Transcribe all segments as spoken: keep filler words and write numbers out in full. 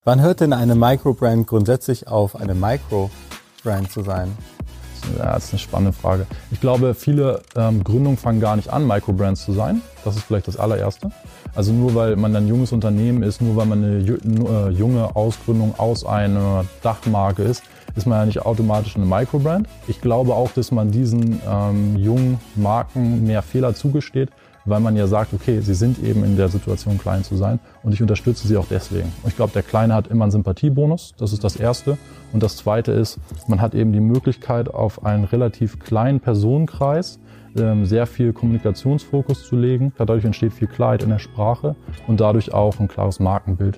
Wann hört denn eine Microbrand grundsätzlich auf, eine Microbrand zu sein? Ja, das ist eine spannende Frage. Ich glaube, viele ähm, Gründungen fangen gar nicht an, Microbrands zu sein. Das ist vielleicht das allererste. Also nur weil man ein junges Unternehmen ist, nur weil man eine äh, junge Ausgründung aus einer Dachmarke ist, ist man ja nicht automatisch eine Microbrand. Ich glaube auch, dass man diesen ähm, jungen Marken mehr Fehler zugesteht, weil man ja sagt, okay, sie sind eben in der Situation, klein zu sein und ich unterstütze sie auch deswegen. Und ich glaube, der Kleine hat immer einen Sympathiebonus, das ist das Erste. Und das Zweite ist, man hat eben die Möglichkeit, auf einen relativ kleinen Personenkreis ähm, sehr viel Kommunikationsfokus zu legen. Dadurch entsteht viel Klarheit in der Sprache und dadurch auch ein klares Markenbild.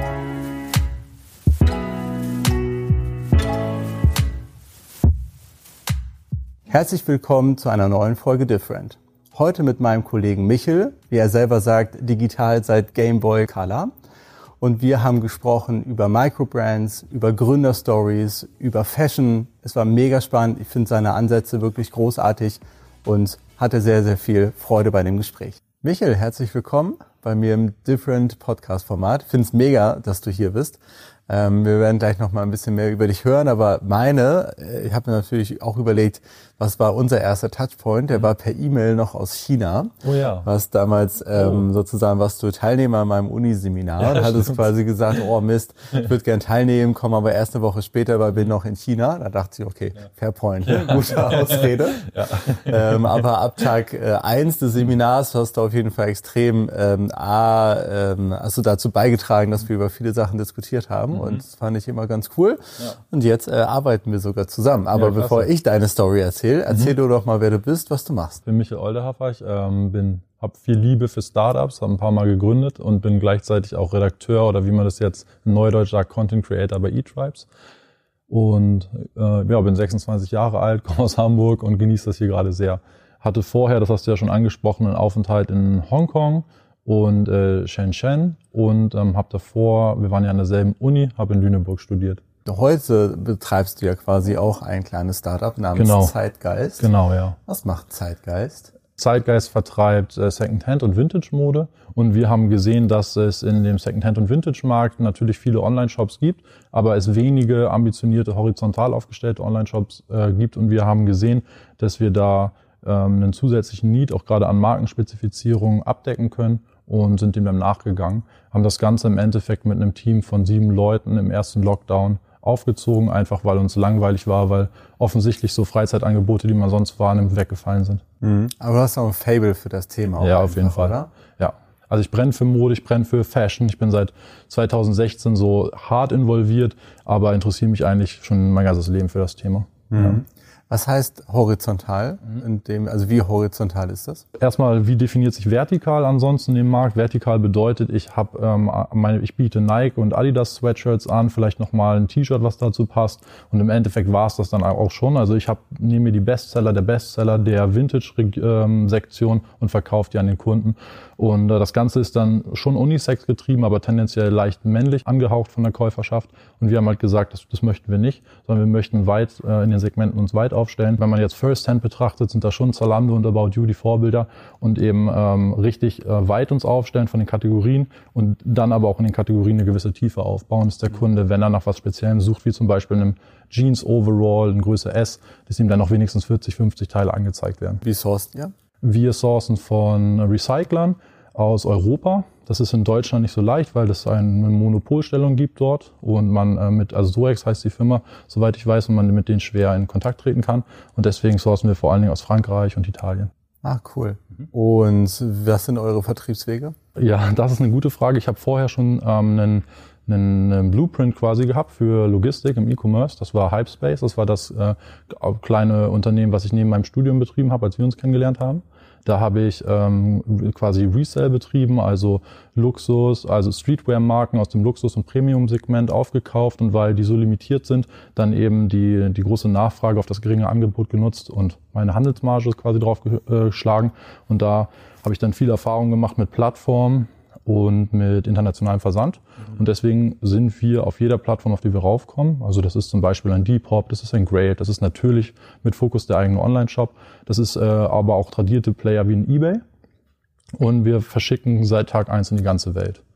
Herzlich willkommen zu einer neuen Folge Different. Heute mit meinem Kollegen Michel, wie er selber sagt, digital seit Game Boy Color. Und wir haben gesprochen über Microbrands, über Gründerstories, über Fashion. Es war mega spannend. Ich finde seine Ansätze wirklich großartig und hatte sehr, sehr viel Freude bei dem Gespräch. Michel, herzlich willkommen bei mir im Different Podcast Format. Ich finde es mega, dass du hier bist. Ähm, wir werden gleich noch mal ein bisschen mehr über dich hören, aber meine, ich habe mir natürlich auch überlegt, was war unser erster Touchpoint? Der war per E-Mail noch aus China. Oh ja. Was damals ähm, oh. sozusagen, warst du Teilnehmer in meinem Uniseminar ja, und hattest quasi gesagt, oh Mist, ich würde gern teilnehmen, komme aber erst eine Woche später, weil bin noch in China. Da dachte ich, okay, ja. Fair point, ne? Gute Ausrede. Ja. Ähm, aber ab Tag äh, eins des Seminars hast du auf jeden Fall extrem ähm, A, ähm, hast du dazu beigetragen, dass wir über viele Sachen diskutiert haben. Mhm. Und das fand ich immer ganz cool. Ja. Und jetzt äh, arbeiten wir sogar zusammen. Aber ja, bevor ich deine Story erzähle, erzähl mhm. du doch mal, wer du bist, was du machst. Ich bin Michael Oldehafer, ich ähm, bin, habe viel Liebe für Startups, habe ein paar Mal gegründet und bin gleichzeitig auch Redakteur oder wie man das jetzt in Neudeutsch sagt, Content Creator bei eTribes. Und äh, ja, bin sechsundzwanzig Jahre alt, komme aus Hamburg und genieße das hier gerade sehr. Hatte vorher, das hast du ja schon angesprochen, einen Aufenthalt in Hongkong und äh, Shenzhen und ähm, habe davor, wir waren ja an derselben Uni, habe in Lüneburg studiert. Heute betreibst du ja quasi auch ein kleines Startup namens genau. Zeitgeist. Genau, ja. Was macht Zeitgeist? Zeitgeist vertreibt äh, Secondhand- und Vintage-Mode und wir haben gesehen, dass es in dem Secondhand- und Vintage-Markt natürlich viele Online-Shops gibt, aber es wenige ambitionierte, horizontal aufgestellte Online-Shops äh, gibt und wir haben gesehen, dass wir da ähm, einen zusätzlichen Need auch gerade an Markenspezifizierung abdecken können und sind dem dann nachgegangen, haben das Ganze im Endeffekt mit einem Team von sieben Leuten im ersten Lockdown aufgezogen, einfach weil uns langweilig war, weil offensichtlich so Freizeitangebote, die man sonst wahrnimmt, weggefallen sind. Mhm. Aber du hast auch ein Fable für das Thema. Ja, auf jeden Fall. Oder? Ja. Also ich brenne für Mode, ich brenne für Fashion. Ich bin seit zweitausendsechzehn so hart involviert, aber interessiere mich eigentlich schon mein ganzes Leben für das Thema. Mhm. Ja. Was heißt horizontal? In dem, also wie horizontal ist das? Erstmal, wie definiert sich vertikal ansonsten im Markt? Vertikal bedeutet, ich habe ähm, meine, ich biete Nike und Adidas Sweatshirts an, vielleicht nochmal ein T-Shirt, was dazu passt. Und im Endeffekt war es das dann auch schon. Also ich habe nehme mir die Bestseller der Bestseller der Vintage-Sektion und verkaufe die an den Kunden. Und äh, das Ganze ist dann schon Unisex getrieben, aber tendenziell leicht männlich angehaucht von der Käuferschaft. Und wir haben halt gesagt, das, das möchten wir nicht, sondern wir möchten weit äh, in den Segmenten uns weit aufstellen. Wenn man jetzt First-Hand betrachtet, sind da schon Zalando und About You die Vorbilder und eben ähm, richtig äh, weit uns aufstellen von den Kategorien und dann aber auch in den Kategorien eine gewisse Tiefe aufbauen, dass der Kunde, wenn er nach was Speziellem sucht, wie zum Beispiel einem Jeans Overall, in Größe S, dass ihm dann noch wenigstens vierzig, fünfzig Teile angezeigt werden. Wie sourcen ihr? Wir sourcen von Recyclern aus Europa. Das ist in Deutschland nicht so leicht, weil es eine Monopolstellung gibt dort und man äh, mit, also Soex heißt die Firma, soweit ich weiß, und man mit denen schwer in Kontakt treten kann. Und deswegen sourcen wir vor allen Dingen aus Frankreich und Italien. Ah, cool. Mhm. Und was sind eure Vertriebswege? Ja, das ist eine gute Frage. Ich habe vorher schon ähm, einen, einen, einen Blueprint quasi gehabt für Logistik im E-Commerce. Das war Hypespace. Das war das äh, kleine Unternehmen, was ich neben meinem Studium betrieben habe, als wir uns kennengelernt haben. Da habe ich ähm, quasi Resale betrieben, also Luxus, also Streetwear-Marken aus dem Luxus- und Premium-Segment aufgekauft und weil die so limitiert sind, dann eben die die große Nachfrage auf das geringe Angebot genutzt und meine Handelsmarge quasi drauf geschlagen. Und da habe ich dann viel Erfahrung gemacht mit Plattformen und mit internationalem Versand. Mhm. Und deswegen sind wir auf jeder Plattform, auf die wir raufkommen. Also das ist zum Beispiel ein Depop, das ist ein Grail, das ist natürlich mit Fokus der eigene Online-Shop. Das ist äh, aber auch tradierte Player wie ein eBay. Und wir verschicken seit Tag eins in die ganze Welt.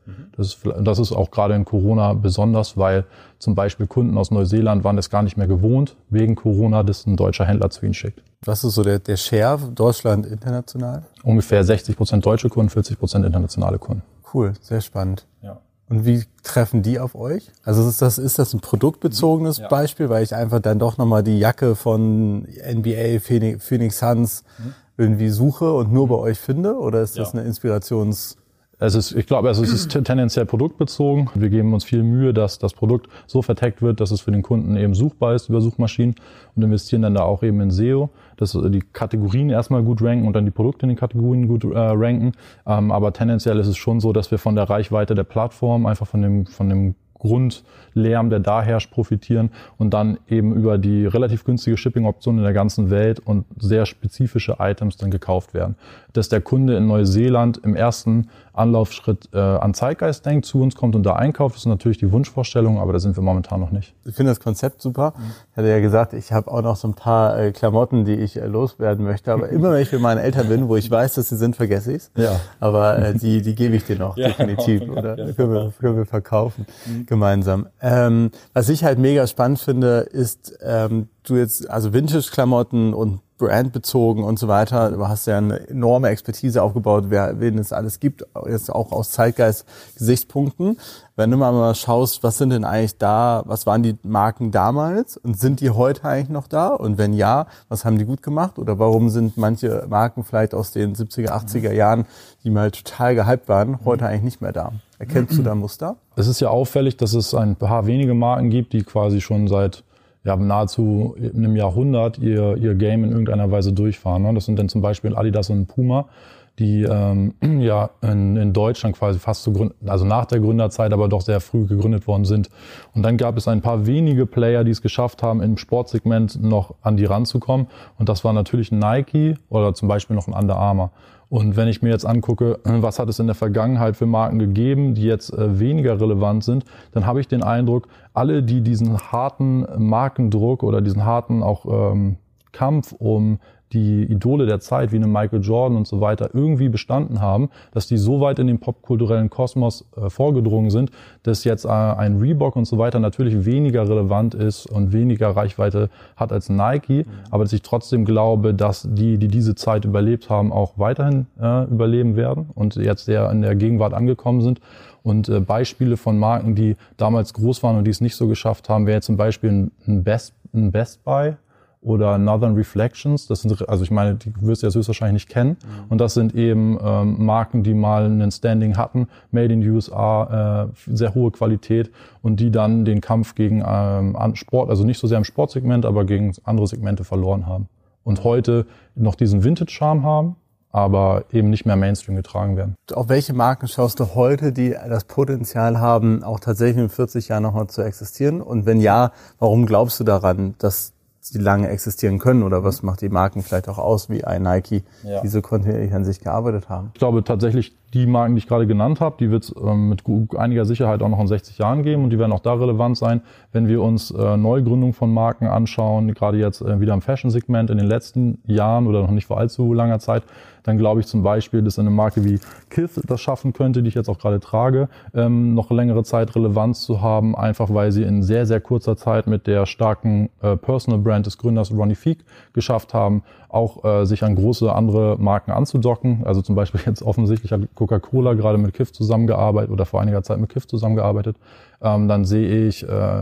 Das ist, das ist auch gerade in Corona besonders, weil zum Beispiel Kunden aus Neuseeland waren es gar nicht mehr gewohnt, wegen Corona, dass ein deutscher Händler zu ihnen schickt. Was ist so der, der Share Deutschland international? Ungefähr sechzig Prozent deutsche Kunden, vierzig Prozent internationale Kunden. Cool, sehr spannend. Ja. Und wie treffen die auf euch? Also ist das, ist das ein produktbezogenes ja. Beispiel, weil ich einfach dann doch nochmal die Jacke von N B A, Phoenix, Phoenix Suns mhm. irgendwie suche und nur bei euch finde? Oder ist das ja. eine Inspirations... Es ist, ich glaube, also es ist tendenziell produktbezogen. Wir geben uns viel Mühe, dass das Produkt so verteckt wird, dass es für den Kunden eben suchbar ist über Suchmaschinen und investieren dann da auch eben in S E O, dass die Kategorien erstmal gut ranken und dann die Produkte in den Kategorien gut äh, ranken. Ähm, aber tendenziell ist es schon so, dass wir von der Reichweite der Plattform, einfach von dem, von dem Grundlärm, der da herrscht, profitieren und dann eben über die relativ günstige Shipping-Option in der ganzen Welt und sehr spezifische Items dann gekauft werden. Dass der Kunde in Neuseeland im ersten Anlaufschritt äh, an Zeitgeist denkt, zu uns kommt und da einkauft, ist natürlich die Wunschvorstellung, aber da sind wir momentan noch nicht. Ich finde das Konzept super. Mhm. Ich hatte ja gesagt, ich habe auch noch so ein paar äh, Klamotten, die ich äh, loswerden möchte, aber immer wenn ich bei meinen Eltern bin, wo ich weiß, dass sie sind, vergesse ich's. Ja. Aber äh, die die gebe ich dir noch, ja, definitiv. Oder ja, können, wir, können wir verkaufen mhm. gemeinsam. Ähm, was ich halt mega spannend finde, ist ähm, du jetzt, also Vintage-Klamotten und brandbezogen und so weiter. Du hast ja eine enorme Expertise aufgebaut, wer, wen es alles gibt, jetzt auch aus Zeitgeist-Gesichtspunkten. Wenn du mal schaust, was sind denn eigentlich da, was waren die Marken damals und sind die heute eigentlich noch da? Und wenn ja, was haben die gut gemacht? Oder warum sind manche Marken vielleicht aus den siebziger, achtziger Jahren, die mal total gehypt waren, heute eigentlich nicht mehr da? Erkennst du da Muster? Es ist ja auffällig, dass es ein paar wenige Marken gibt, die quasi schon seit ja, nahezu in einem Jahrhundert ihr, ihr Game in irgendeiner Weise durchfahren. Ne? Das sind dann zum Beispiel Adidas und Puma, die ähm, ja in, in Deutschland quasi fast zu gründen, also nach der Gründerzeit, aber doch sehr früh gegründet worden sind. Und dann gab es ein paar wenige Player, die es geschafft haben, im Sportsegment noch an die ranzukommen. Und das war natürlich ein Nike oder zum Beispiel noch ein Under Armour. Und wenn ich mir jetzt angucke, was hat es in der Vergangenheit für Marken gegeben, die jetzt äh, weniger relevant sind, dann habe ich den Eindruck, alle, die diesen harten Markendruck oder diesen harten auch ähm, Kampf um die Idole der Zeit, wie eine Michael Jordan und so weiter, irgendwie bestanden haben, dass die so weit in den popkulturellen Kosmos äh, vorgedrungen sind, dass jetzt äh, ein Reebok und so weiter natürlich weniger relevant ist und weniger Reichweite hat als Nike, mhm. aber dass ich trotzdem glaube, dass die, die diese Zeit überlebt haben, auch weiterhin äh, überleben werden und jetzt sehr in der Gegenwart angekommen sind. Und äh, Beispiele von Marken, die damals groß waren und die es nicht so geschafft haben, wäre zum Beispiel ein Best, ein Best Buy oder Northern Reflections. Das sind, also ich meine, die wirst du jetzt höchstwahrscheinlich nicht kennen. Mhm. Und das sind eben ähm, Marken, die mal einen Standing hatten, made in U S A, äh, sehr hohe Qualität und die dann den Kampf gegen ähm, Sport, also nicht so sehr im Sportsegment, aber gegen andere Segmente verloren haben. Und heute noch diesen Vintage-Charme haben, aber eben nicht mehr Mainstream getragen werden. Auf welche Marken schaust du heute, die das Potenzial haben, auch tatsächlich in vierzig Jahren nochmal zu existieren? Und wenn ja, warum glaubst du daran, dass die lange existieren können oder was macht die Marken vielleicht auch aus, wie ein Nike, ja. die so kontinuierlich an sich gearbeitet haben? Ich glaube tatsächlich, die Marken, die ich gerade genannt habe, die wird es ähm, mit einiger Sicherheit auch noch in sechzig Jahren geben und die werden auch da relevant sein, wenn wir uns äh, Neugründung von Marken anschauen, gerade jetzt äh, wieder im Fashion-Segment in den letzten Jahren oder noch nicht vor allzu langer Zeit, dann glaube ich zum Beispiel, dass eine Marke wie Kith das schaffen könnte, die ich jetzt auch gerade trage, ähm, noch längere Zeit Relevanz zu haben, einfach weil sie in sehr, sehr kurzer Zeit mit der starken äh, Personal Brand des Gründers Ronnie Fieg geschafft haben, auch äh, sich an große andere Marken anzudocken. Also zum Beispiel jetzt offensichtlich hat Coca-Cola gerade mit Kith zusammengearbeitet oder vor einiger Zeit mit Kith zusammengearbeitet. Ähm, dann sehe ich äh,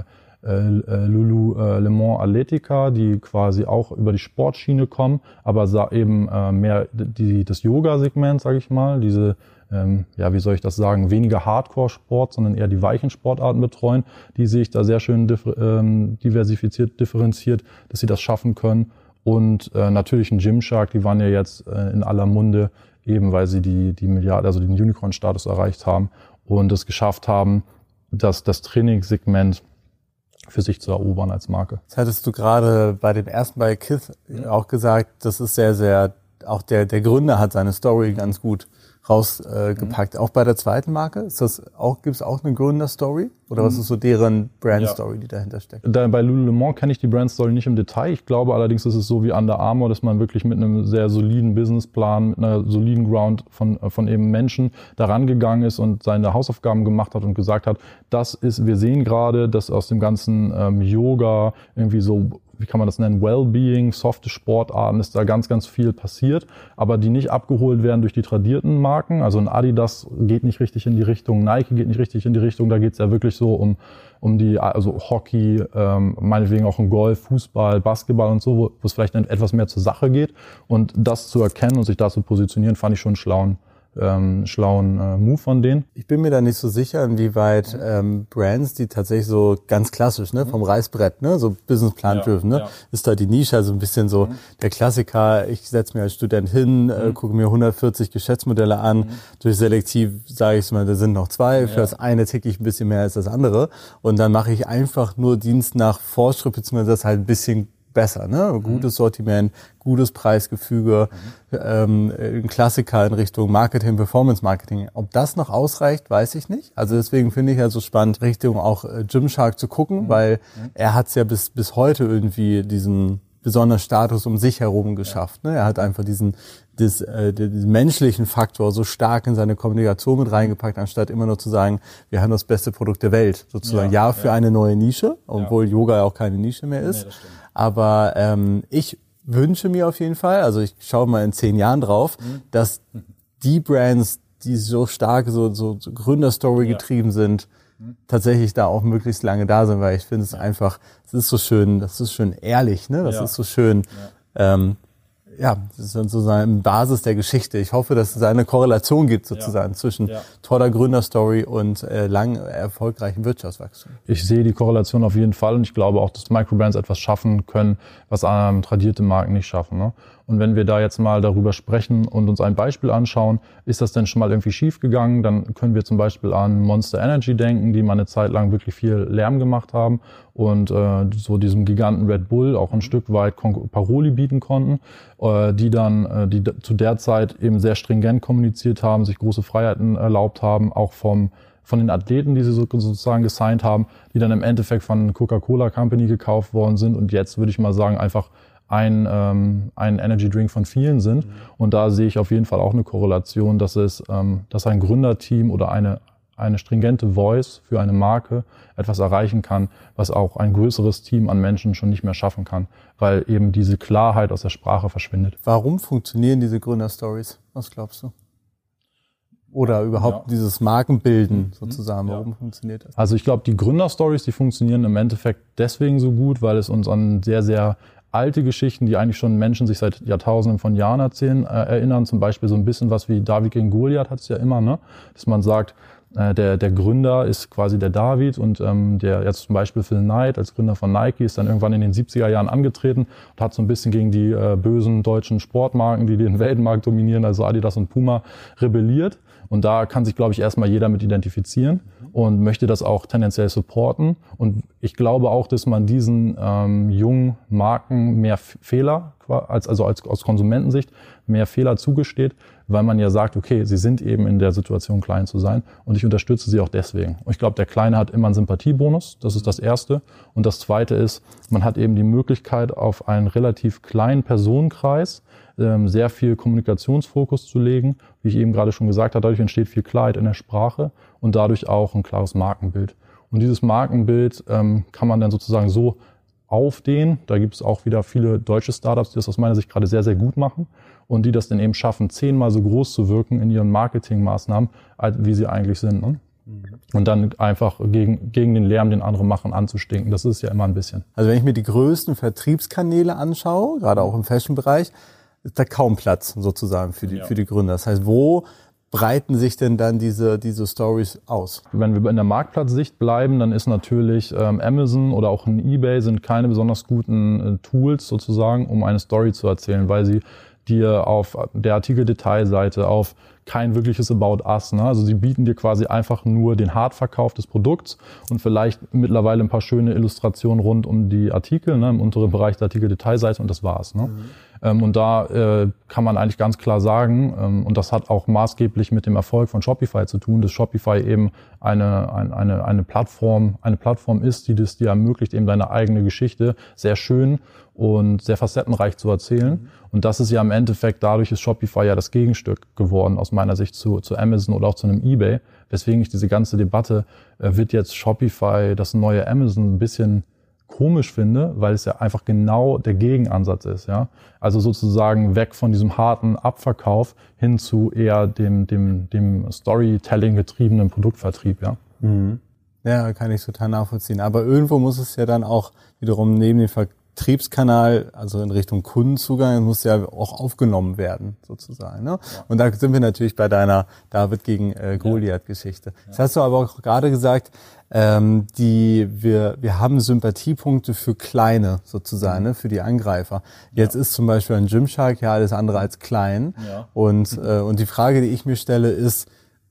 äh, Lululemon Athletica, die quasi auch über die Sportschiene kommen, aber eben äh, mehr die, das Yoga-Segment, sage ich mal, diese ähm, ja, wie soll ich das sagen, weniger Hardcore-Sport, sondern eher die weichen Sportarten betreuen. Die sehe ich da sehr schön differ- ähm, diversifiziert, differenziert, dass sie das schaffen können. Und äh, natürlich ein Gymshark, die waren ja jetzt äh, in aller Munde, eben weil sie die, die Milliarde, also den Unicorn-Status erreicht haben und es geschafft haben, dass das Trainingssegment für sich zu erobern als Marke. Das hattest du gerade bei dem ersten bei Kith auch gesagt, das ist sehr, sehr, auch der, der Gründer hat seine Story ganz gut rausgepackt. Äh, mhm. Auch bei der zweiten Marke, ist das auch, gibt's auch eine Gründerstory? Oder mhm. was ist so deren Brandstory, ja. die dahinter steckt? Da, bei Lululemon kenne ich die Brandstory nicht im Detail. Ich glaube allerdings, ist es so wie Under Armour, dass man wirklich mit einem sehr soliden Businessplan, mit einer soliden Ground von, von eben Menschen daran gegangen ist und seine Hausaufgaben gemacht hat und gesagt hat, das ist, wir sehen gerade, dass aus dem ganzen ähm, Yoga irgendwie so, wie kann man das nennen, Wellbeing, softe Sportarten, ist da ganz, ganz viel passiert, aber die nicht abgeholt werden durch die tradierten Marken. Also ein Adidas geht nicht richtig in die Richtung, Nike geht nicht richtig in die Richtung, da geht es ja wirklich so um um die, also Hockey, ähm, meinetwegen auch um Golf, Fußball, Basketball und so, wo es vielleicht etwas mehr zur Sache geht. Und das zu erkennen und sich da zu positionieren, fand ich schon einen schlauen, ähm, schlauen äh, Move von denen. Ich bin mir da nicht so sicher, inwieweit ähm, Brands, die tatsächlich so ganz klassisch, ne, vom Reißbrett, ne, so Businessplan driven, ne, ja. ist da die Nische, also ein bisschen so mhm. der Klassiker, ich setze mir als Student hin, mhm. äh, gucke mir hundertvierzig Geschäftsmodelle an, mhm. durch selektiv sage ich mal, da sind noch zwei, ja. für das eine ticke ich ein bisschen mehr als das andere und dann mache ich einfach nur Dienst nach Vorschrift, beziehungsweise das halt ein bisschen besser, ne? Gutes Sortiment, gutes Preisgefüge, mhm. ähm, ein Klassiker in Richtung Marketing, Performance Marketing. Ob das noch ausreicht, weiß ich nicht. Also deswegen finde ich ja so spannend, Richtung auch äh, Gymshark zu gucken, mhm. weil mhm. er hat es ja bis bis heute irgendwie diesen besonderen Status um sich herum geschafft. Ja. Ne? Er hat einfach diesen, des, äh, diesen menschlichen Faktor so stark in seine Kommunikation mit reingepackt, anstatt immer nur zu sagen, wir haben das beste Produkt der Welt. Sozusagen ja, ja für ja. eine neue Nische, obwohl ja. Yoga ja auch keine Nische mehr ist. Nee, aber ähm, ich wünsche mir auf jeden Fall, also ich schaue mal in zehn Jahren drauf, mhm. dass die Brands, die so stark so, so, so Gründerstory ja. getrieben sind, mhm. tatsächlich da auch möglichst lange da sind, weil ich finde es ja. einfach, es ist so schön, das ist schön ehrlich, ne? Das ja. ist so schön, ja. ähm, ja, das ist sozusagen Basis der Geschichte. Ich hoffe, dass es eine Korrelation gibt sozusagen ja. zwischen ja. toller Gründerstory und äh, lang erfolgreichen Wirtschaftswachstum. Ich sehe die Korrelation auf jeden Fall und ich glaube auch, dass Microbrands etwas schaffen können, was ähm, tradierte Marken nicht schaffen. Ne? Und wenn wir da jetzt mal darüber sprechen und uns ein Beispiel anschauen, ist das denn schon mal irgendwie schief gegangen, dann können wir zum Beispiel an Monster Energy denken, die mal eine Zeit lang wirklich viel Lärm gemacht haben und äh, so diesem Giganten Red Bull auch ein Stück weit Kon- Paroli bieten konnten, äh, die dann äh, die d- zu der Zeit eben sehr stringent kommuniziert haben, sich große Freiheiten erlaubt haben, auch vom von den Athleten, die sie so, sozusagen gesigned haben, die dann im Endeffekt von Coca-Cola Company gekauft worden sind und jetzt würde ich mal sagen einfach ein, ähm, ein Energy Drink von vielen sind. Mhm. Und da sehe ich auf jeden Fall auch eine Korrelation, dass es, ähm, dass ein Gründerteam oder eine, eine stringente Voice für eine Marke etwas erreichen kann, was auch ein größeres Team an Menschen schon nicht mehr schaffen kann, weil eben diese Klarheit aus der Sprache verschwindet. Warum funktionieren diese Gründerstories? Was glaubst du? Oder überhaupt ja. dieses Markenbilden sozusagen, warum ja. funktioniert das? Also ich glaube, die Gründerstories, die funktionieren im Endeffekt deswegen so gut, weil es uns an sehr, sehr alte Geschichten, die eigentlich schon Menschen sich seit Jahrtausenden von Jahren erzählen, äh, erinnern. Zum Beispiel so ein bisschen was wie David gegen Goliath hat es ja immer, ne? Dass man sagt, äh, der der Gründer ist quasi der David und ähm, der jetzt zum Beispiel Phil Knight als Gründer von Nike ist dann irgendwann in den siebziger Jahren angetreten und hat so ein bisschen gegen die äh, bösen deutschen Sportmarken, die den Weltmarkt dominieren, also Adidas und Puma, rebelliert. Und da kann sich, glaube ich, erstmal jeder mit identifizieren und möchte das auch tendenziell supporten. Und ich glaube auch, dass man diesen ähm, jungen Marken mehr Fehler, als, also als, aus Konsumentensicht, mehr Fehler zugesteht, weil man ja sagt, okay, sie sind eben in der Situation, klein zu sein und ich unterstütze sie auch deswegen. Und ich glaube, der Kleine hat immer einen Sympathiebonus, das ist das Erste. Und das Zweite ist, man hat eben die Möglichkeit, auf einen relativ kleinen Personenkreis ähm, sehr viel Kommunikationsfokus zu legen. Wie ich eben gerade schon gesagt habe, dadurch entsteht viel Klarheit in der Sprache und dadurch auch ein klares Markenbild. Und dieses Markenbild ähm, kann man dann sozusagen so aufdehnen. Da gibt es auch wieder viele deutsche Startups, die das aus meiner Sicht gerade sehr, sehr gut machen und die das dann eben schaffen, zehnmal so groß zu wirken in ihren Marketingmaßnahmen, als wie sie eigentlich sind. Ne? Mhm. Und dann einfach gegen, gegen den Lärm, den andere machen, anzustinken. Das ist ja immer ein bisschen. Also wenn ich mir die größten Vertriebskanäle anschaue, gerade auch im Fashion-Bereich, ist da kaum Platz sozusagen für die, ja. für die Gründer. Das heißt, wo breiten sich denn dann diese, diese Stories aus? Wenn wir in der Marktplatzsicht bleiben, dann ist natürlich ähm, Amazon oder auch ein eBay sind keine besonders guten äh, Tools sozusagen, um eine Story zu erzählen, weil sie dir auf der Artikeldetailseite, auf kein wirkliches About Us. Ne? Also sie bieten dir quasi einfach nur den Hardverkauf des Produkts und vielleicht mittlerweile ein paar schöne Illustrationen rund um die Artikel, ne? Im unteren Bereich der Artikel-Detailseite und das war's. Ne? Mhm. Ähm, und da äh, kann man eigentlich ganz klar sagen, ähm, und das hat auch maßgeblich mit dem Erfolg von Shopify zu tun, dass Shopify eben eine, eine, eine, eine Plattform, eine Plattform ist, die das dir ermöglicht, eben deine eigene Geschichte sehr schön und sehr facettenreich zu erzählen. Mhm. Und das ist ja im Endeffekt, dadurch ist Shopify ja das Gegenstück geworden, aus meiner Sicht zu, zu Amazon oder auch zu einem eBay. Weswegen ich diese ganze Debatte, äh, wird jetzt Shopify das neue Amazon, ein bisschen komisch finde, weil es ja einfach genau der Gegenansatz ist, ja. Also sozusagen weg von diesem harten Abverkauf hin zu eher dem, dem, dem Storytelling getriebenen Produktvertrieb, ja. Mhm. Ja, kann ich total nachvollziehen. Aber irgendwo muss es ja dann auch wiederum neben dem Vertriebskanal, also in Richtung Kundenzugang, muss ja auch aufgenommen werden, sozusagen, ne? Ja. Und da sind wir natürlich bei deiner David gegen äh, Goliath-Geschichte. Ja. Das hast du aber auch gerade gesagt, ähm, die wir wir haben Sympathiepunkte für Kleine sozusagen, mhm. ne, für die Angreifer. Jetzt ja. ist zum Beispiel ein Gymshark ja alles andere als klein. Ja. Und äh, und die Frage, die ich mir stelle, ist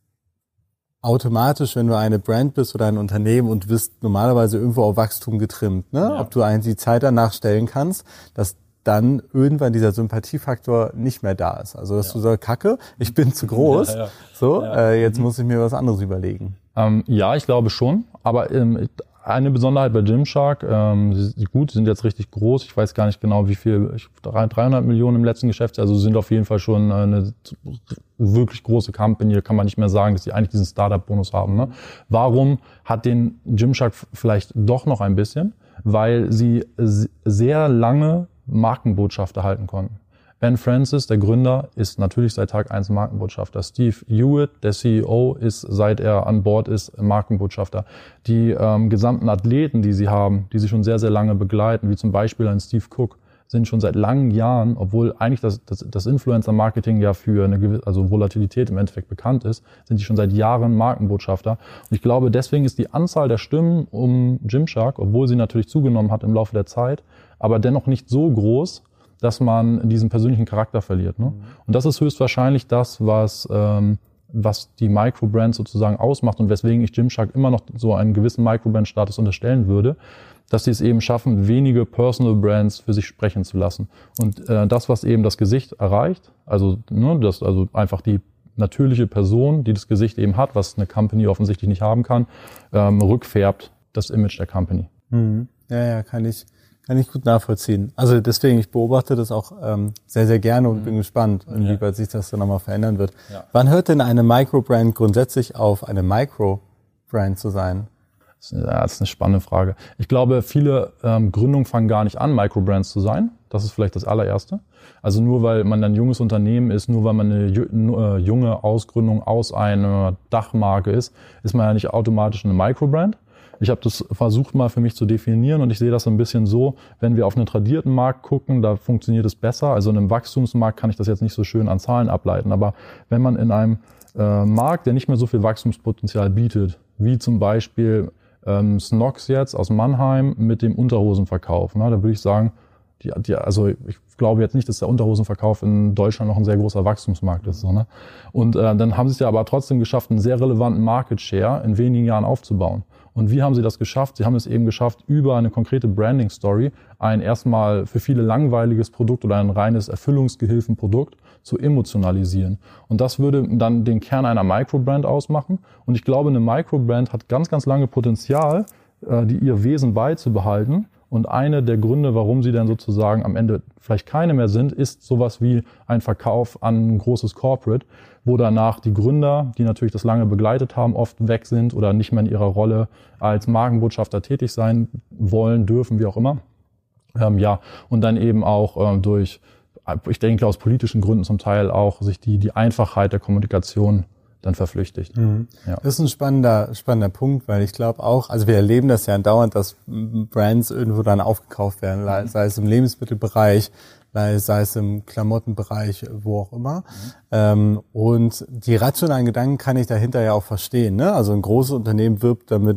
automatisch, wenn du eine Brand bist oder ein Unternehmen und bist normalerweise irgendwo auf Wachstum getrimmt, ne, ja. ob du eigentlich die Zeit danach stellen kannst, dass dann irgendwann dieser Sympathiefaktor nicht mehr da ist. Also dass ja. du sagst, Kacke, ich bin zu groß, ja, ja. so, ja. Äh, jetzt muss ich mir was anderes überlegen. Ähm, ja, ich glaube schon, aber ähm, eine Besonderheit bei Gymshark, ähm, sie, gut, sie sind jetzt richtig groß, ich weiß gar nicht genau wie viel, ich, dreihundert Millionen im letzten Geschäftsjahr, also sie sind auf jeden Fall schon eine wirklich große Company, da kann man nicht mehr sagen, dass sie eigentlich diesen Startup-Bonus haben. Ne? Warum hat den Gymshark vielleicht doch noch ein bisschen? Weil sie sehr lange Markenbotschafter halten konnten. Ben Francis, der Gründer, ist natürlich seit Tag eins Markenbotschafter. Steve Hewitt, der C E O, ist, seit er an Bord ist, Markenbotschafter. Die ähm, gesamten Athleten, die sie haben, die sie schon sehr, sehr lange begleiten, wie zum Beispiel ein Steve Cook, sind schon seit langen Jahren, obwohl eigentlich das, das, das Influencer-Marketing ja für eine gewisse, also Volatilität im Endeffekt bekannt ist, sind die schon seit Jahren Markenbotschafter. Und ich glaube, deswegen ist die Anzahl der Stimmen um Gymshark, obwohl sie natürlich zugenommen hat im Laufe der Zeit, aber dennoch nicht so groß, dass man diesen persönlichen Charakter verliert. Ne? Mhm. Und das ist höchstwahrscheinlich das, was, ähm, was die Microbrand sozusagen ausmacht und weswegen ich Gymshark immer noch so einen gewissen Microbrand-Status unterstellen würde, dass sie es eben schaffen, wenige Personal Brands für sich sprechen zu lassen. Und äh, das, was eben das Gesicht erreicht, also, ne, das, also einfach die natürliche Person, die das Gesicht eben hat, was eine Company offensichtlich nicht haben kann, ähm, rückfärbt das Image der Company. Mhm. Ja, ja, kann ich. Kann ich gut nachvollziehen. Also deswegen, ich beobachte das auch ähm, sehr, sehr gerne und mhm. bin gespannt, inwieweit ja. sich das dann nochmal verändern wird. Ja. Wann hört denn eine Microbrand grundsätzlich auf, eine Microbrand zu sein? Das ist, ja, das ist eine spannende Frage. Ich glaube, viele ähm, Gründungen fangen gar nicht an, Microbrands zu sein. Das ist vielleicht das allererste. Also nur weil man ein junges Unternehmen ist, nur weil man eine äh, junge Ausgründung aus einer Dachmarke ist, ist man ja nicht automatisch eine Microbrand. Ich habe das versucht mal für mich zu definieren und ich sehe das so ein bisschen so, wenn wir auf einen tradierten Markt gucken, da funktioniert es besser. Also in einem Wachstumsmarkt kann ich das jetzt nicht so schön an Zahlen ableiten. Aber wenn man in einem äh, Markt, der nicht mehr so viel Wachstumspotenzial bietet, wie zum Beispiel ähm, Snox jetzt aus Mannheim mit dem Unterhosenverkauf, ne, da würde ich sagen, die, die, also ich glaube jetzt nicht, dass der Unterhosenverkauf in Deutschland noch ein sehr großer Wachstumsmarkt ist. So, ne? Und äh, dann haben sie es ja aber trotzdem geschafft, einen sehr relevanten Market Share in wenigen Jahren aufzubauen. Und wie haben sie das geschafft? Sie haben es eben geschafft, über eine konkrete Branding-Story ein erstmal für viele langweiliges Produkt oder ein reines Erfüllungsgehilfenprodukt zu emotionalisieren. Und das würde dann den Kern einer Microbrand ausmachen. Und ich glaube, eine Microbrand hat ganz, ganz lange Potenzial, äh, die ihr Wesen beizubehalten. Und eine der Gründe, warum sie dann sozusagen am Ende vielleicht keine mehr sind, ist sowas wie ein Verkauf an ein großes Corporate, wo danach die Gründer, die natürlich das lange begleitet haben, oft weg sind oder nicht mehr in ihrer Rolle als Markenbotschafter tätig sein wollen, dürfen, wie auch immer. Ähm, ja, und dann eben auch ähm, durch, ich denke aus politischen Gründen zum Teil auch, sich die, die Einfachheit der Kommunikation dann verflüchtigt. Mhm. Ja. Das ist ein spannender, spannender Punkt, weil ich glaube auch, also wir erleben das ja andauernd, dass Brands irgendwo dann aufgekauft werden, mhm. sei es im Lebensmittelbereich, sei es im Klamottenbereich, wo auch immer. Mhm. Ähm, und die rationalen Gedanken kann ich dahinter ja auch verstehen. Ne? Also ein großes Unternehmen wirbt damit,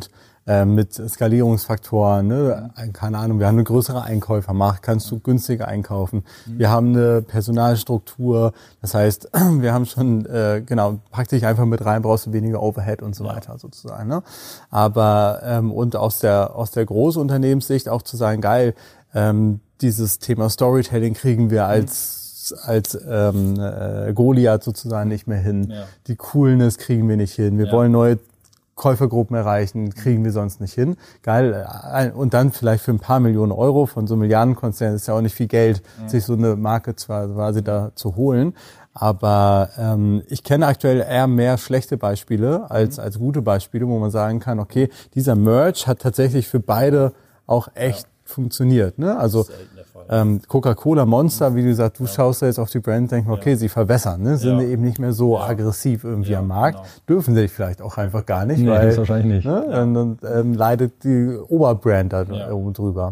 äh, mit Skalierungsfaktoren, ne? Keine Ahnung, wir haben eine größere Einkäufermacht, kannst du günstiger einkaufen. Mhm. Wir haben eine Personalstruktur, das heißt, wir haben schon, äh, genau, pack dich einfach mit rein, brauchst du weniger Overhead und so ja. weiter sozusagen. Ne? Aber ähm, und aus der aus der Großunternehmenssicht auch zu sagen, geil, ähm, dieses Thema Storytelling kriegen wir als mhm. als ähm, äh, Goliath sozusagen nicht mehr hin. Ja. Die Coolness kriegen wir nicht hin. Wir ja. wollen neue Käufergruppen erreichen, kriegen wir sonst nicht hin. Geil. Und dann vielleicht für ein paar Millionen Euro von so einem Milliardenkonzern ist ja auch nicht viel Geld, mhm. sich so eine Marke zwar quasi da zu holen. Aber ähm, ich kenne aktuell eher mehr schlechte Beispiele als, mhm. als gute Beispiele, wo man sagen kann, okay, dieser Merge hat tatsächlich für beide auch echt ja. funktioniert. Ne? Also ähm, Coca-Cola, Monster, wie du sagst, du ja. schaust da jetzt auf die Brand und denkst, okay, ja. sie verwässern, ne? sind ja. eben nicht mehr so ja. aggressiv irgendwie ja, am Markt. Genau. Dürfen sie vielleicht auch einfach gar nicht, nee, weil das wahrscheinlich nicht. Ne? Ja. Und, und ähm, leidet die Oberbrand da ja. oben drüber.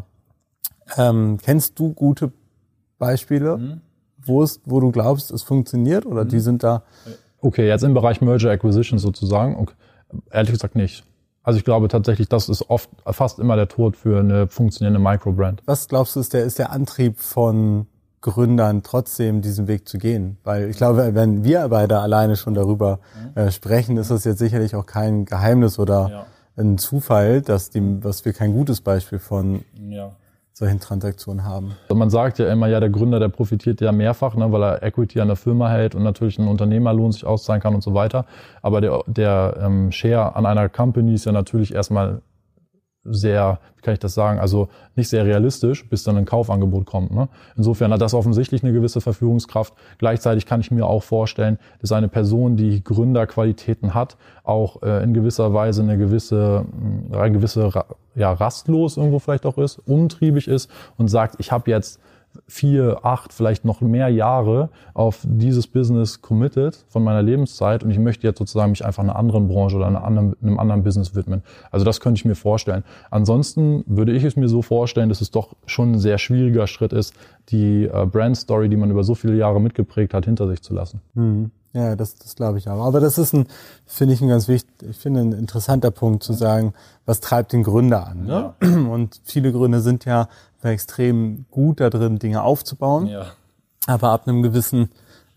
Ähm, kennst du gute Beispiele, mhm. wo es, wo du glaubst, es funktioniert oder mhm. die sind da? Okay, jetzt im Bereich Merger Acquisition sozusagen, okay. Ehrlich gesagt nicht. Also ich glaube tatsächlich, das ist oft fast immer der Tod für eine funktionierende Microbrand. Was glaubst du, ist der, ist der Antrieb von Gründern, trotzdem diesen Weg zu gehen? Weil ich glaube, wenn wir beide alleine schon darüber äh, sprechen, ist das jetzt sicherlich auch kein Geheimnis oder ja. ein Zufall, dass, die, dass wir kein gutes Beispiel von ja. solchen Transaktionen haben. Also man sagt ja immer, ja, der Gründer, der profitiert ja mehrfach, ne, weil er Equity an der Firma hält und natürlich ein Unternehmerlohn sich auszahlen kann und so weiter. Aber der, der ähm, Share an einer Company ist ja natürlich erstmal sehr, wie kann ich das sagen, also nicht sehr realistisch, bis dann ein Kaufangebot kommt. Ne? Insofern hat das offensichtlich eine gewisse Verführungskraft. Gleichzeitig kann ich mir auch vorstellen, dass eine Person, die Gründerqualitäten hat, auch äh, in gewisser Weise eine gewisse, eine gewisse ja, rastlos irgendwo vielleicht auch ist, umtriebig ist und sagt, ich habe jetzt vier, acht, vielleicht noch mehr Jahre auf dieses Business committed von meiner Lebenszeit und ich möchte jetzt sozusagen mich einfach einer anderen Branche oder einer anderen, einem anderen Business widmen. Also das könnte ich mir vorstellen. Ansonsten würde ich es mir so vorstellen, dass es doch schon ein sehr schwieriger Schritt ist, die äh, Brand-Story, die man über so viele Jahre mitgeprägt hat, hinter sich zu lassen. Mhm. Ja, das, das glaube ich auch. Aber das ist ein, finde ich, ein ganz wichtig, ich finde ein interessanter Punkt zu sagen, was treibt den Gründer an? Ne? Ja. Und viele Gründer sind ja extrem gut da drin, Dinge aufzubauen. Ja. Aber ab einem gewissen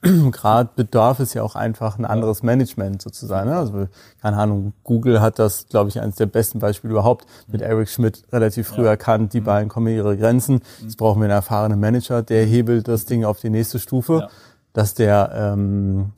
Grad bedarf es ja auch einfach ein anderes Management sozusagen. Ne? Also, keine Ahnung, Google hat das, glaube ich, eines der besten Beispiele überhaupt mit Eric Schmidt relativ früh ja. erkannt, die beiden kommen in ihre Grenzen. Jetzt brauchen wir einen erfahrenen Manager, der hebelt das Ding auf die nächste Stufe, ja. dass der, ähm,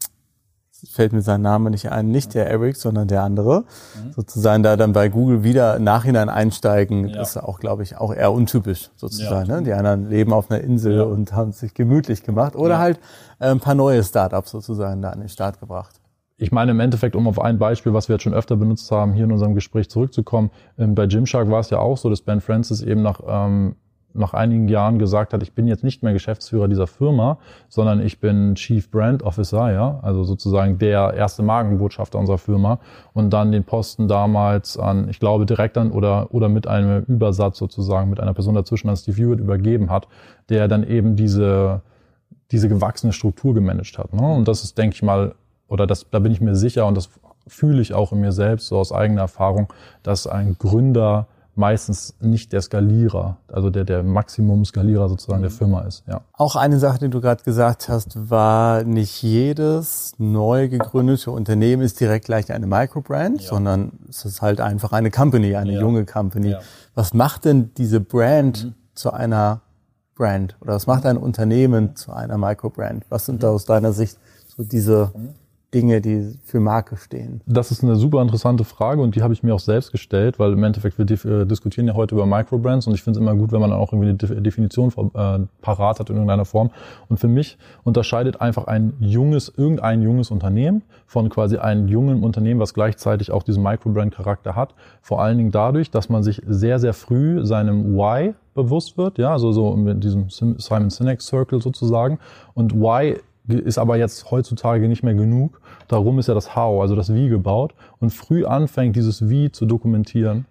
fällt mir sein Name nicht ein, nicht der Eric, sondern der andere, mhm. sozusagen da dann bei Google wieder im Nachhinein einsteigen, ja. ist auch, glaube ich, auch eher untypisch sozusagen. Ja. Ne? Die anderen leben auf einer Insel ja. und haben sich gemütlich gemacht oder ja. halt äh, ein paar neue Startups sozusagen da an den Start gebracht. Ich meine im Endeffekt, um auf ein Beispiel, was wir jetzt schon öfter benutzt haben, hier in unserem Gespräch zurückzukommen, ähm, bei Gymshark war es ja auch so, dass Ben Francis eben nach ähm, nach einigen Jahren gesagt hat, ich bin jetzt nicht mehr Geschäftsführer dieser Firma, sondern ich bin Chief Brand Officer, ja, also sozusagen der erste Markenbotschafter unserer Firma und dann den Posten damals an, ich glaube direkt an oder oder mit einem Übersatz sozusagen, mit einer Person dazwischen an Steve Hewitt übergeben hat, der dann eben diese diese gewachsene Struktur gemanagt hat, ne? Und das ist, denke ich mal, oder das da bin ich mir sicher und das fühle ich auch in mir selbst so aus eigener Erfahrung, dass ein Gründer meistens nicht der Skalierer, also der der Maximum-Skalierer sozusagen der Firma ist. Ja. Auch eine Sache, die du gerade gesagt hast, war, nicht jedes neu gegründete Unternehmen ist direkt gleich eine Microbrand, ja. sondern es ist halt einfach eine Company, eine ja. junge Company. Ja. Was macht denn diese Brand mhm. zu einer Brand? Oder was macht ein Unternehmen zu einer Microbrand? Was sind mhm. da aus deiner Sicht so diese mhm. Dinge, die für Marke stehen? Das ist eine super interessante Frage und die habe ich mir auch selbst gestellt, weil im Endeffekt wir äh, diskutieren ja heute über Microbrands und ich finde es immer gut, wenn man auch irgendwie eine De- Definition äh, parat hat in irgendeiner Form. Und für mich unterscheidet einfach ein junges, irgendein junges Unternehmen von quasi einem jungen Unternehmen, was gleichzeitig auch diesen Microbrand-Charakter hat, vor allen Dingen dadurch, dass man sich sehr, sehr früh seinem Why bewusst wird, ja, also so in diesem Simon Sinek Circle sozusagen. Und Why ist aber jetzt heutzutage nicht mehr genug. Darum ist ja das How, also das Wie gebaut und früh anfängt, dieses Wie zu dokumentieren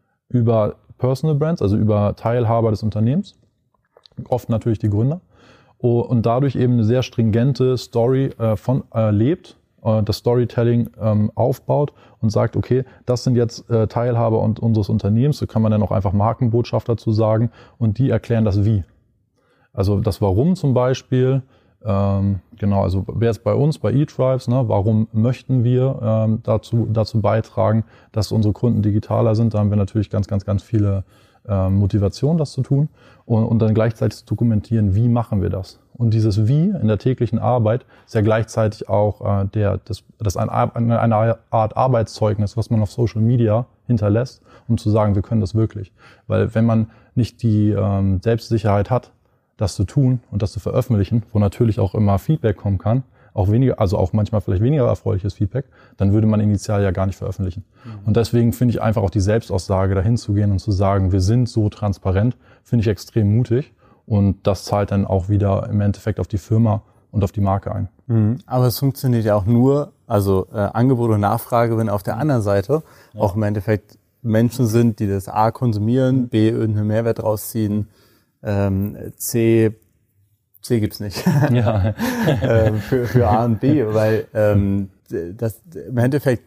über Personal Brands, also über Teilhaber des Unternehmens, oft natürlich die Gründer, und dadurch eben eine sehr stringente Story äh, von äh, lebt äh, das Storytelling ähm, aufbaut und sagt, okay, das sind jetzt äh, Teilhaber und unseres Unternehmens, so kann man dann auch einfach Markenbotschafter dazu sagen und die erklären das Wie. Also das Warum zum Beispiel, ähm, genau, also wer jetzt bei uns, bei eTribes, ne, warum möchten wir ähm, dazu, dazu beitragen, dass unsere Kunden digitaler sind, da haben wir natürlich ganz, ganz, ganz viele ähm, Motivationen, das zu tun und, und dann gleichzeitig zu dokumentieren, wie machen wir das. Und dieses Wie in der täglichen Arbeit ist ja gleichzeitig auch äh, der, das, das ein, eine Art Arbeitszeugnis, was man auf Social Media hinterlässt, um zu sagen, wir können das wirklich. Weil wenn man nicht die ähm, Selbstsicherheit hat, das zu tun und das zu veröffentlichen, wo natürlich auch immer Feedback kommen kann, auch weniger, also auch manchmal vielleicht weniger erfreuliches Feedback, dann würde man initial ja gar nicht veröffentlichen. Mhm. Und deswegen finde ich einfach auch die Selbstaussage, dahin zu gehen und zu sagen, wir sind so transparent, finde ich extrem mutig. Und das zahlt dann auch wieder im Endeffekt auf die Firma und auf die Marke ein. Mhm. Aber es funktioniert ja auch nur, also äh, Angebot und Nachfrage, wenn auf der anderen Seite ja. auch im Endeffekt Menschen sind, die das A konsumieren, B irgendeinen Mehrwert rausziehen, ähm, C, C gibt's nicht ja. ähm, für, für A und B, weil ähm, das im Endeffekt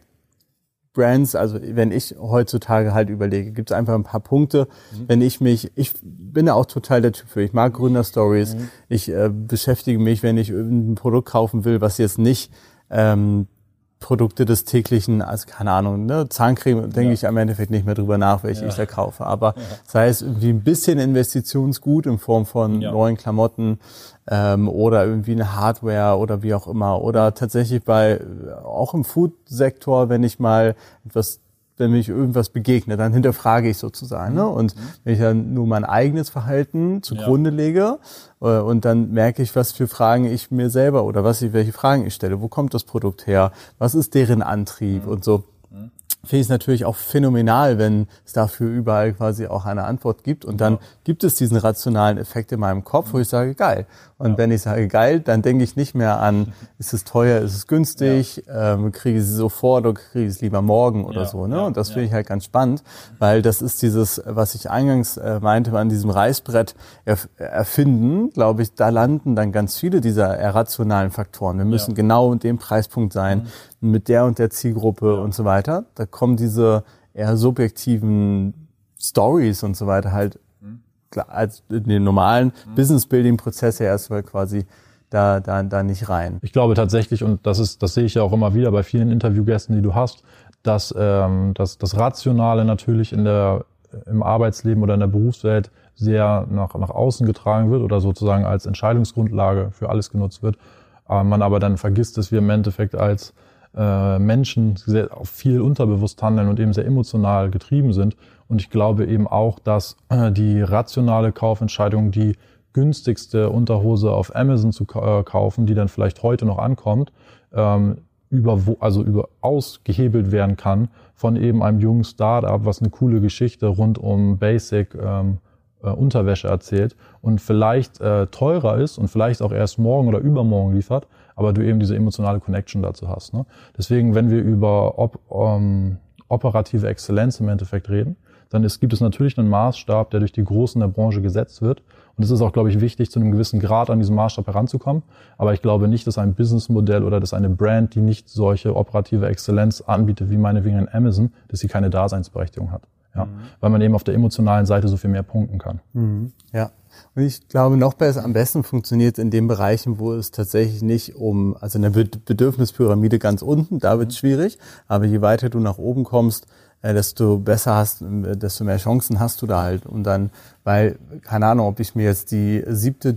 Brands, also wenn ich heutzutage halt überlege, gibt es einfach ein paar Punkte, mhm. wenn ich mich, ich bin ja auch total der Typ für, ich mag Gründerstories, mhm. ich äh, beschäftige mich, wenn ich irgendein Produkt kaufen will, was jetzt nicht ähm, Produkte des täglichen, also keine Ahnung, ne, Zahncreme, denke ja. ich am Endeffekt nicht mehr drüber nach, welche ja. ich da kaufe. Aber ja. sei es irgendwie ein bisschen Investitionsgut in Form von ja. neuen Klamotten ähm, oder irgendwie eine Hardware oder wie auch immer. Oder tatsächlich bei, auch im Food-Sektor, wenn ich mal etwas, wenn mich irgendwas begegnet, dann hinterfrage ich sozusagen. Ne? Und mhm. wenn ich dann nur mein eigenes Verhalten zugrunde ja. lege äh, und dann merke ich, was für Fragen ich mir selber oder was ich, welche Fragen ich stelle. Wo kommt das Produkt her? Was ist deren Antrieb mhm. und so. Mhm. Finde ich es natürlich auch phänomenal, wenn es dafür überall quasi auch eine Antwort gibt. Und dann ja. gibt es diesen rationalen Effekt in meinem Kopf, wo ich sage, geil. Und ja. wenn ich sage, geil, dann denke ich nicht mehr an, ist es teuer, ist es günstig, ja. ähm, kriege ich es sofort oder kriege ich es lieber morgen oder ja. so. Ne? Und das finde ich halt ganz spannend, weil das ist dieses, was ich eingangs äh, meinte, an diesem Reißbrett erf- erfinden, glaube ich, da landen dann ganz viele dieser irrationalen Faktoren. Wir müssen ja. genau in dem Preispunkt sein, mhm. mit der und der Zielgruppe ja. und so weiter. Da kommen diese eher subjektiven Stories und so weiter halt klar, als in den normalen mhm. Business-Building-Prozesse erstmal quasi da, da, da nicht rein. Ich glaube tatsächlich, und das ist, das sehe ich ja auch immer wieder bei vielen Interviewgästen, die du hast, dass, ähm, dass das Rationale natürlich in der, im Arbeitsleben oder in der Berufswelt sehr nach, nach außen getragen wird oder sozusagen als Entscheidungsgrundlage für alles genutzt wird. Äh, man aber dann vergisst, dass wir im Endeffekt als äh, Menschen sehr viel unterbewusst handeln und eben sehr emotional getrieben sind. Und ich glaube eben auch, dass äh, die rationale Kaufentscheidung, die günstigste Unterhose auf Amazon zu äh, kaufen, die dann vielleicht heute noch ankommt, ähm, über, also über ausgehebelt werden kann von eben einem jungen Startup, was eine coole Geschichte rund um Basic ähm, äh, Unterwäsche erzählt und vielleicht äh, teurer ist und vielleicht auch erst morgen oder übermorgen liefert, aber du eben diese emotionale Connection dazu hast. Ne? Deswegen, wenn wir über op, ähm, operative Exzellenz im Endeffekt reden, dann ist, gibt es natürlich einen Maßstab, der durch die Großen der Branche gesetzt wird. Und es ist auch, glaube ich, wichtig, zu einem gewissen Grad an diesen Maßstab heranzukommen. Aber ich glaube nicht, dass ein Businessmodell oder dass eine Brand, die nicht solche operative Exzellenz anbietet, wie meinetwegen ein Amazon, dass sie keine Daseinsberechtigung hat. Ja, mhm. Weil man eben auf der emotionalen Seite so viel mehr punkten kann. Mhm. Ja. Und ich glaube, noch besser, am besten funktioniert in den Bereichen, wo es tatsächlich nicht um, also in der Bedürfnispyramide ganz unten, da wird es schwierig. Aber je weiter du nach oben kommst, desto besser hast, desto mehr Chancen hast du da halt. Und dann, weil, keine Ahnung, ob ich mir jetzt die siebte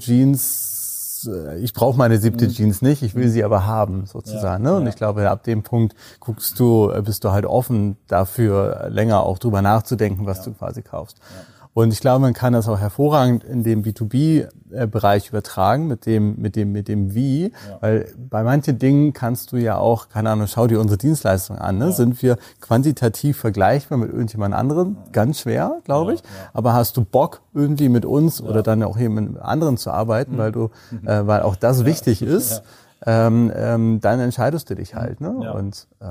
Jeans, ich brauche meine siebte mhm. Jeans nicht, ich will sie aber haben, sozusagen. Ja, ne? Und ja. ich glaube, ab dem Punkt guckst du, bist du halt offen dafür, länger auch drüber nachzudenken, was ja. du quasi kaufst. Ja. Und ich glaube, man kann das auch hervorragend in dem B zwei B-Bereich übertragen, mit dem, mit dem, mit dem Wie, ja. weil bei manchen Dingen kannst du ja auch, keine Ahnung, schau dir unsere Dienstleistung an, ne? Ja. Sind wir quantitativ vergleichbar mit irgendjemand anderem? Ja. Ganz schwer, glaube ich. Ja, ja. Aber hast du Bock, irgendwie mit uns ja. oder dann auch hier mit anderen zu arbeiten, mhm. weil du, mhm. äh, weil auch das ja. wichtig ist, ja. ähm, ähm, dann entscheidest du dich halt, ne? Ja. Und, ähm,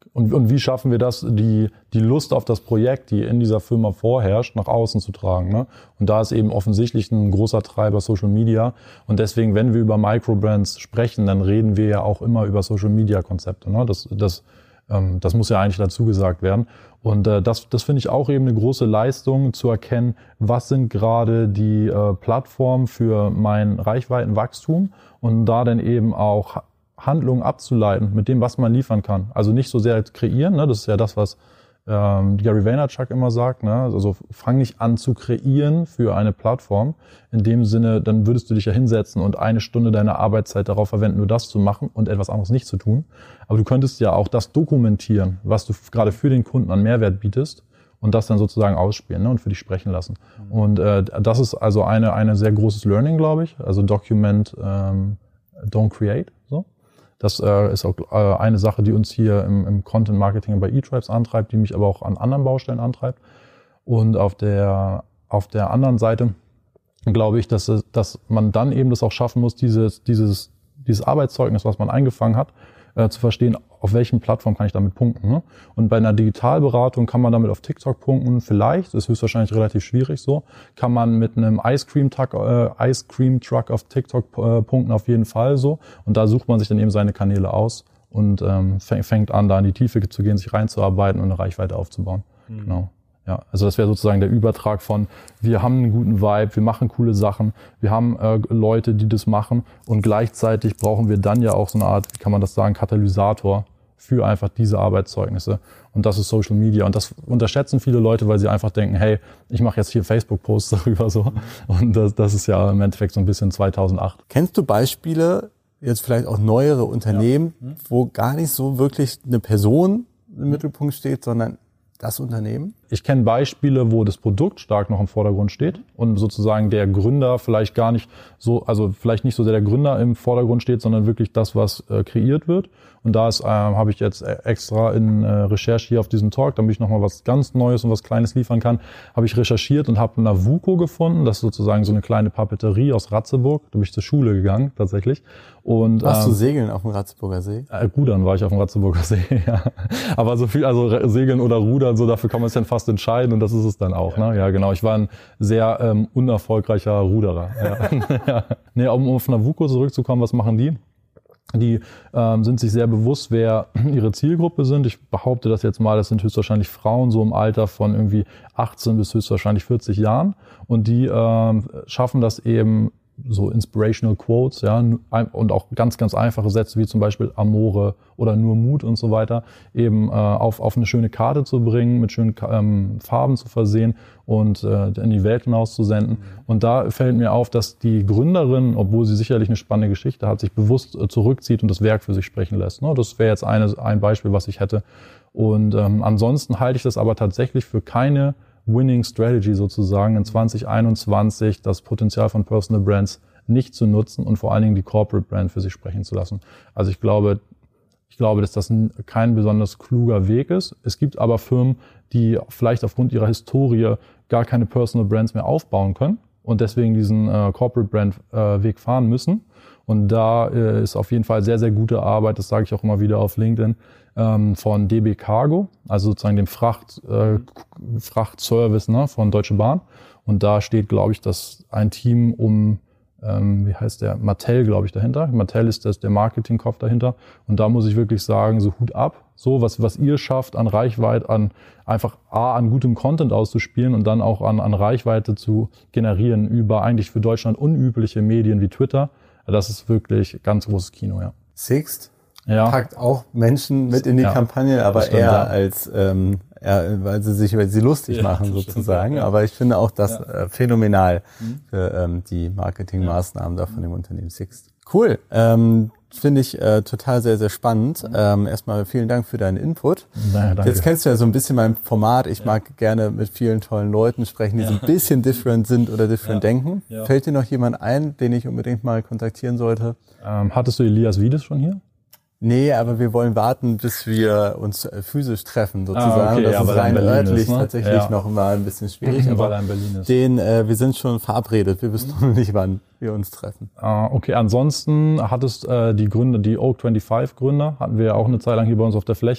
Und, und wie schaffen wir das, die, die Lust auf das Projekt, die in dieser Firma vorherrscht, nach außen zu tragen, ne? Und da ist eben offensichtlich ein großer Treiber Social Media. Und deswegen, wenn wir über Microbrands sprechen, dann reden wir ja auch immer über Social Media Konzepte, ne? Das, das, ähm, das muss ja eigentlich dazu gesagt werden. Und äh, das, das finde ich auch eben eine große Leistung, zu erkennen, was sind gerade die äh, Plattformen für mein Reichweitenwachstum und da dann eben auch Handlungen abzuleiten mit dem, was man liefern kann. Also nicht so sehr kreieren, ne? Das ist ja das, was ähm, Gary Vaynerchuk immer sagt, ne? Also fang nicht an zu kreieren für eine Plattform. In dem Sinne, dann würdest du dich ja hinsetzen und eine Stunde deiner Arbeitszeit darauf verwenden, nur das zu machen und etwas anderes nicht zu tun. Aber du könntest ja auch das dokumentieren, was du gerade für den Kunden an Mehrwert bietest und das dann sozusagen ausspielen, ne? Und für dich sprechen lassen. Mhm. Und äh, das ist also eine eine sehr großes Learning, glaube ich. Also document, ähm, don't create, so. Das äh, ist auch äh, eine Sache, die uns hier im, im Content Marketing bei eTribes antreibt, die mich aber auch an anderen Baustellen antreibt. Und auf der auf der anderen Seite glaube ich, dass dass man dann eben das auch schaffen muss, dieses dieses dieses Arbeitszeugnis, was man eingefangen hat, äh, zu verstehen, auf welchen Plattformen kann ich damit punkten. Ne? Und bei einer Digitalberatung kann man damit auf TikTok punkten, vielleicht, ist höchstwahrscheinlich relativ schwierig so, kann man mit einem Ice Cream Truck, äh, Ice Cream Truck auf TikTok äh, punkten, auf jeden Fall so. Und da sucht man sich dann eben seine Kanäle aus und ähm, fängt an, da in die Tiefe zu gehen, sich reinzuarbeiten und eine Reichweite aufzubauen. Mhm. Genau. Ja, also das wäre sozusagen der Übertrag von, wir haben einen guten Vibe, wir machen coole Sachen, wir haben äh, Leute, die das machen und gleichzeitig brauchen wir dann ja auch so eine Art, wie kann man das sagen, Katalysator für einfach diese Arbeitszeugnisse. Und das ist Social Media. Und das unterschätzen viele Leute, weil sie einfach denken, hey, ich mache jetzt hier Facebook-Posts darüber so. Und das, das ist ja im Endeffekt so ein bisschen zweitausendacht. Kennst du Beispiele, jetzt vielleicht auch neuere Unternehmen, ja. wo gar nicht so wirklich eine Person im Mittelpunkt steht, sondern das Unternehmen? Ich kenne Beispiele, wo das Produkt stark noch im Vordergrund steht und sozusagen der Gründer vielleicht gar nicht so, also vielleicht nicht so sehr der Gründer im Vordergrund steht, sondern wirklich das, was äh, kreiert wird. Und da ist, äh, habe ich jetzt extra in äh, Recherche hier auf diesem Talk, damit ich nochmal was ganz Neues und was Kleines liefern kann, habe ich recherchiert und habe Navuco gefunden. Das ist sozusagen so eine kleine Papeterie aus Ratzeburg. Da bin ich zur Schule gegangen, tatsächlich. Und, Warst ähm, du segeln auf dem Ratzeburger See? Äh, rudern war ich auf dem Ratzeburger See, ja. Aber so viel, also Segeln oder Rudern, so dafür kann man es dann fast entscheiden und das ist es dann auch, ja. Ne? Ja, genau. Ich war ein sehr ähm, unerfolgreicher Ruderer. Ja. Ja. Nee, um auf Navuco zurückzukommen, was machen die? Die ähm, sind sich sehr bewusst, wer ihre Zielgruppe sind. Ich behaupte das jetzt mal, das sind höchstwahrscheinlich Frauen so im Alter von irgendwie achtzehn bis höchstwahrscheinlich vierzig Jahren. Und die ähm, schaffen das eben, so inspirational Quotes, ja, und auch ganz, ganz einfache Sätze wie zum Beispiel Amore oder nur Mut und so weiter, eben äh, auf, auf eine schöne Karte zu bringen, mit schönen ähm, Farben zu versehen und äh, in die Welt hinaus zu senden. Und da fällt mir auf, dass die Gründerin, obwohl sie sicherlich eine spannende Geschichte hat, sich bewusst äh, zurückzieht und das Werk für sich sprechen lässt. Ne? Das wäre jetzt eine, ein Beispiel, was ich hätte. Und ähm, ansonsten halte ich das aber tatsächlich für keine Winning Strategy sozusagen in zwanzig einundzwanzig das Potenzial von Personal Brands nicht zu nutzen und vor allen Dingen die Corporate Brand für sich sprechen zu lassen. Also ich glaube, ich glaube, dass das kein besonders kluger Weg ist. Es gibt aber Firmen, die vielleicht aufgrund ihrer Historie gar keine Personal Brands mehr aufbauen können und deswegen diesen äh, Corporate Brand äh, Weg fahren müssen. Und da äh, ist auf jeden Fall sehr, sehr gute Arbeit, das sage ich auch immer wieder auf LinkedIn, ähm, von D B Cargo, also sozusagen dem Fracht, äh, Frachtservice, ne, von Deutsche Bahn. Und da steht, glaube ich, dass ein Team um, ähm, wie heißt der, Mattel, glaube ich, dahinter. Mattel ist das, der Marketingkopf dahinter. Und da muss ich wirklich sagen, so Hut ab. So, was, was ihr schafft, an Reichweite, an einfach A, an gutem Content auszuspielen und dann auch an, an Reichweite zu generieren über eigentlich für Deutschland unübliche Medien wie Twitter. Das ist wirklich ganz großes Kino, ja. Sixt ja. packt auch Menschen mit in die ja, Kampagne, aber stimmt, eher ja. als, ähm, eher, weil sie sich über sie lustig ja, machen sozusagen. Ja. Aber ich finde auch das ja. äh, phänomenal mhm. für ähm, die Marketingmaßnahmen ja. da von dem Unternehmen Sixt. Cool. Ähm, Finde ich äh, total sehr, sehr spannend. Mhm. Ähm, erstmal vielen Dank für deinen Input. Naja, danke. Jetzt kennst du ja so ein bisschen mein Format. Ich ja. mag gerne mit vielen tollen Leuten sprechen, die ja. so ein bisschen different sind oder different ja. denken. Ja. Fällt dir noch jemand ein, den ich unbedingt mal kontaktieren sollte? Ähm, hattest du Elias Wiedes schon hier? Nee, aber wir wollen warten, bis wir uns physisch treffen, sozusagen. Ah, okay, das ja, ist rein örtlich ist, ne? tatsächlich ja. noch mal ein bisschen schwierig. Mhm, aber weil er in Berlin ist. Den, äh, wir sind schon verabredet. Wir wissen noch nicht, wann wir uns treffen. Ah, okay, ansonsten hattest äh, die Gründer, die Oak fünfundzwanzig Gründer, hatten wir ja auch eine Zeit lang hier bei uns auf der Fläche.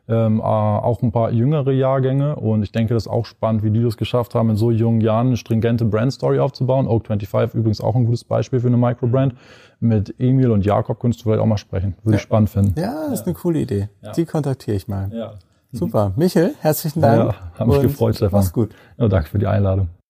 ähm, äh, auch ein paar jüngere Jahrgänge und ich denke, das ist auch spannend, wie die das geschafft haben, in so jungen Jahren eine stringente Brand-Story aufzubauen. Oak fünfundzwanzig übrigens auch ein gutes Beispiel für eine Microbrand. Mit Emil und Jakob könntest du vielleicht auch mal sprechen. Würde ja. ich spannend finden. Ja, das ist eine coole Idee. Ja. Die kontaktiere ich mal. Ja. Super. Michel, herzlichen Dank. Ja, hat mich gefreut, Stefan. Mach's gut. Ja, danke für die Einladung.